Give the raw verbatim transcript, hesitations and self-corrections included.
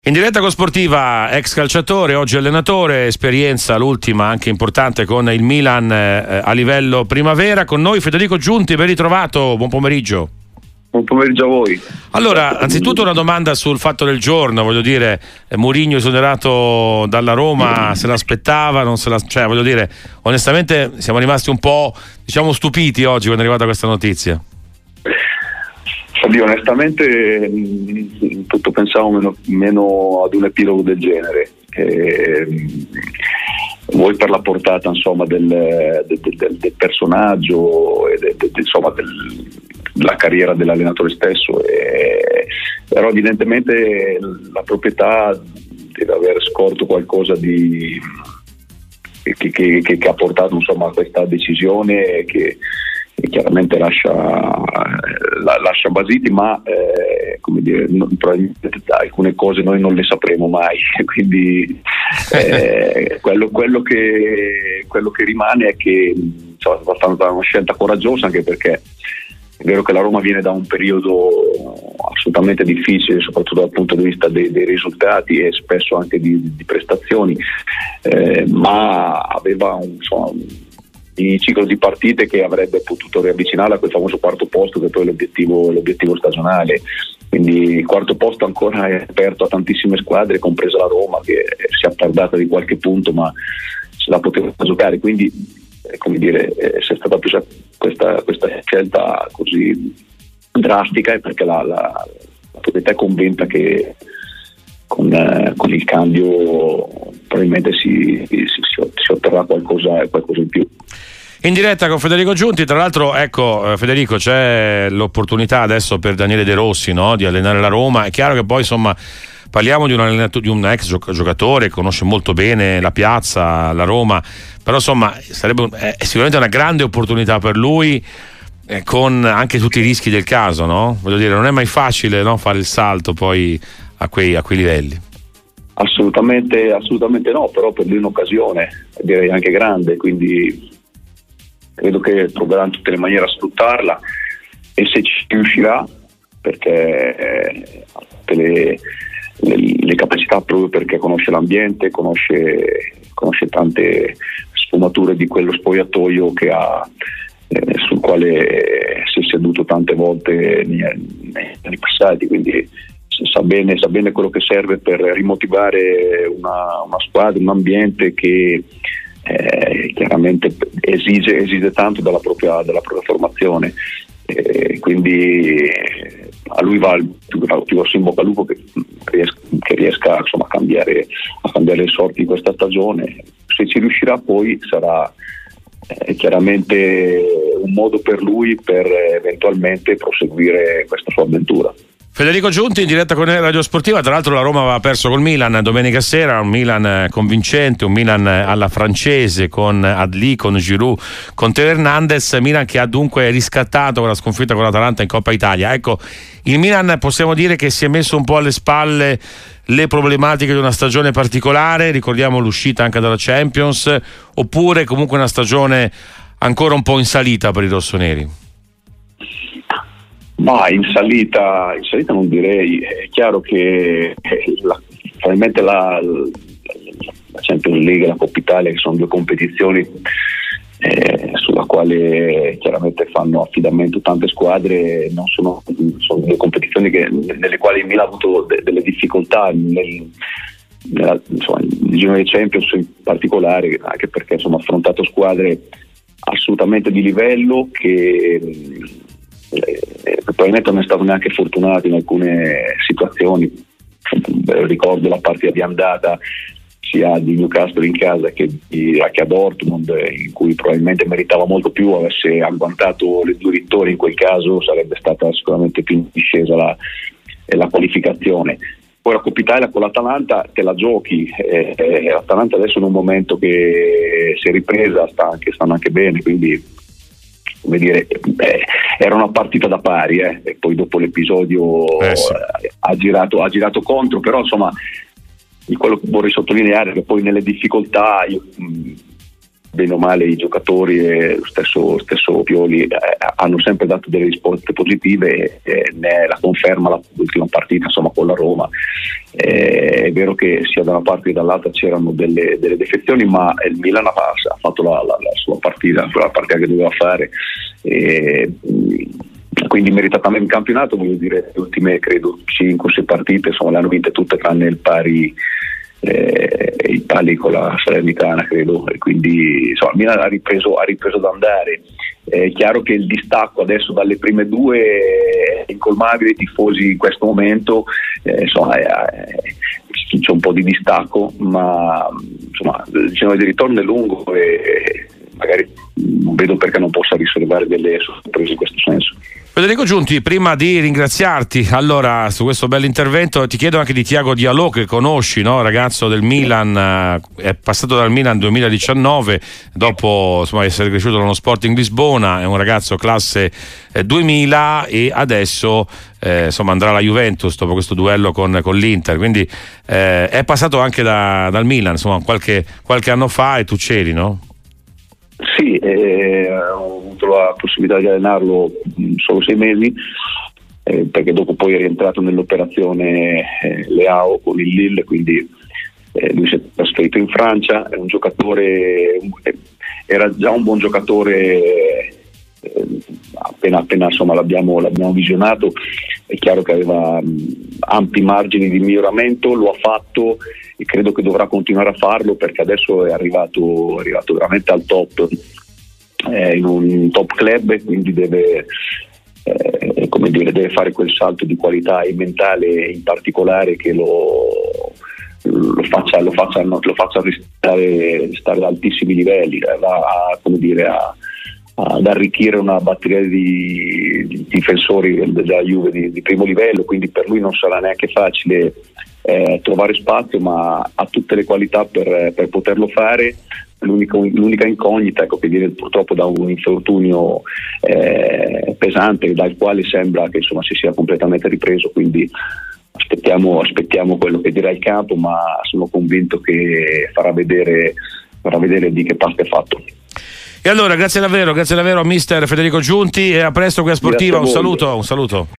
In diretta con Sportiva, ex calciatore, oggi allenatore, esperienza l'ultima anche importante con il Milan eh, a livello primavera. Con noi Federico Giunti, ben ritrovato, buon pomeriggio. Buon pomeriggio a voi. Allora, anzitutto una domanda sul fatto del giorno, voglio dire, eh, Mourinho esonerato dalla Roma, se l'aspettava, non se la, cioè voglio dire, onestamente siamo rimasti un po', diciamo, stupiti oggi quando è arrivata questa notizia. Oddio, onestamente mh, tutto pensavo meno, meno ad un epilogo del genere. Eh, voi per la portata insomma del, del, del, del personaggio e del, del, insomma del, della carriera dell'allenatore stesso, eh, però evidentemente la proprietà deve aver scorto qualcosa di che, che, che, che ha portato insomma a questa decisione che che chiaramente lascia, la, lascia basiti, ma eh, come dire, non, probabilmente alcune cose noi non le sapremo mai, quindi eh, quello, quello, che, quello che rimane è che insomma, è stata una scelta coraggiosa, anche perché è vero che la Roma viene da un periodo assolutamente difficile, soprattutto dal punto di vista dei, dei risultati e spesso anche di, di prestazioni, eh, ma aveva un, insomma, un di ciclo di partite che avrebbe potuto riavvicinare a quel famoso quarto posto, che poi è l'obiettivo, l'obiettivo stagionale. Quindi il quarto posto ancora è aperto a tantissime squadre, compresa la Roma, che si è attardata di qualche punto ma se la poteva giocare. Quindi eh, come dire, eh, se è stata presa questa, questa scelta così drastica è perché la, la, la proprietà è convinta che con, eh, con il cambio probabilmente si, si, si otterrà qualcosa, qualcosa in più. In diretta con Federico Giunti, tra l'altro, ecco Federico, c'è l'opportunità adesso per Daniele De Rossi, no, di allenare la Roma. È chiaro che poi insomma parliamo di un allenatore, di un ex giocatore che conosce molto bene la piazza, la Roma, però insomma sarebbe è sicuramente una grande opportunità per lui, eh, con anche tutti i rischi del caso, no? Voglio dire, non è mai facile, no, fare il salto poi a quei, a quei livelli. Assolutamente, assolutamente no, però per lui è un'occasione, direi anche grande, quindi credo che troverà in tutte le maniere a sfruttarla, e se ci riuscirà, perché eh, ha tutte le, le, le capacità, proprio perché conosce l'ambiente, conosce, conosce tante sfumature di quello spogliatoio che ha, eh, sul quale si è seduto tante volte negli anni passati, quindi sa bene, sa bene quello che serve per rimotivare una, una squadra, un ambiente che eh, chiaramente esige, esige tanto dalla propria, dalla propria formazione, eh, quindi a lui va il più, più grosso in bocca al lupo che riesca, che riesca insomma, a, cambiare, a cambiare le sorti di questa stagione. Se ci riuscirà poi sarà eh, chiaramente un modo per lui per eventualmente proseguire questa sua avventura. Federico Giunti in diretta con Radio Sportiva. Tra l'altro la Roma aveva perso col Milan domenica sera, un Milan convincente, un Milan alla francese con Adli, con Giroud, con Teo Hernandez, Milan che ha dunque riscattato quella sconfitta con l'Atalanta in Coppa Italia. Ecco, il Milan possiamo dire che si è messo un po' alle spalle le problematiche di una stagione particolare, ricordiamo l'uscita anche dalla Champions, oppure comunque una stagione ancora un po' in salita per i rossoneri? Ma in salita, in salita non direi, è chiaro che la, probabilmente la, la Champions League e la Coppa Italia, che sono due competizioni eh, sulla quale chiaramente fanno affidamento tante squadre, non sono, sono due competizioni che, nelle quali il Milan ha avuto de, delle difficoltà nel, nella, insomma, nel giro dei Champions in particolare, anche perché insomma, ha affrontato squadre assolutamente di livello che Eh, probabilmente non è stato neanche fortunato in alcune situazioni. Ricordo la partita di andata sia di Newcastle in casa che, di, che a Dortmund, in cui probabilmente meritava molto più, avesse agguantato le due vittorie in quel caso sarebbe stata sicuramente più in discesa la, la qualificazione. Poi la Coppa Italia con l'Atalanta te la giochi, eh, eh, l'Atalanta adesso in un momento che si è ripresa, sta anche, stanno anche bene, quindi come dire, eh, era una partita da pari, eh, e poi dopo l'episodio eh sì. eh, ha, girato, ha girato contro, però insomma quello che vorrei sottolineare è che poi nelle difficoltà io, mh, bene o male i giocatori e lo stesso, stesso Pioli eh, hanno sempre dato delle risposte positive, e ne è la conferma l'ultima partita, insomma, con la Roma. Eh, è vero che sia da una parte che dall'altra c'erano delle, delle defezioni, ma il Milan ha, ha fatto la, la, la sua partita, la partita che doveva fare, e, quindi meritatamente in campionato, voglio dire, le ultime credo cinque sei partite, insomma, le hanno vinte tutte tranne il pari eh, il pali con la Salernitana, credo, e quindi insomma Milan ha ripreso, ha ripreso ad andare. È chiaro che il distacco adesso dalle prime due è incolmabile, i tifosi in questo momento eh, insomma è, è, c'è un po' di distacco, ma insomma il cinema di ritorno è lungo e magari non vedo perché non possa riservare delle sorprese in questo senso. Federico Giunti, prima di ringraziarti allora su questo bell'intervento, ti chiedo anche di Thiago Diallo, che conosci, no? Ragazzo del Milan, è passato dal Milan nel duemiladiciannove, dopo insomma essere cresciuto nello Sporting Lisbona, è un ragazzo classe eh, duemila e adesso eh, insomma andrà alla Juventus dopo questo duello con, con l'Inter, quindi eh, è passato anche da, dal Milan insomma qualche, qualche anno fa, e tu c'eri, no? Sì, eh, ho avuto la possibilità di allenarlo solo sei mesi, eh, perché dopo poi è rientrato nell'operazione eh, Leao con il Lille, quindi eh, lui si è trasferito in Francia. È un giocatore, era già un buon giocatore, eh, appena appena insomma l'abbiamo, l'abbiamo visionato. È chiaro che aveva mh, ampi margini di miglioramento, lo ha fatto e credo che dovrà continuare a farlo, perché adesso è arrivato, è arrivato veramente al top, eh, in un top club, quindi deve, eh, come dire, deve fare quel salto di qualità e mentale in particolare che lo, lo faccia, lo faccia, lo faccia stare, stare ad altissimi livelli, eh, va a, come dire, a, ad arricchire una batteria di, di difensori della Juve di, di primo livello, quindi per lui non sarà neanche facile eh, trovare spazio, ma ha tutte le qualità per, per poterlo fare. L'unica, l'unica incognita, ecco, che viene purtroppo da un infortunio eh, pesante, dal quale sembra che insomma si sia completamente ripreso, quindi aspettiamo, aspettiamo quello che dirà il campo, ma sono convinto che farà vedere, farà vedere di che parte è fatto. E allora grazie davvero, grazie davvero a mister Federico Giunti, e a presto qui a Sportiva. Un saluto, un saluto.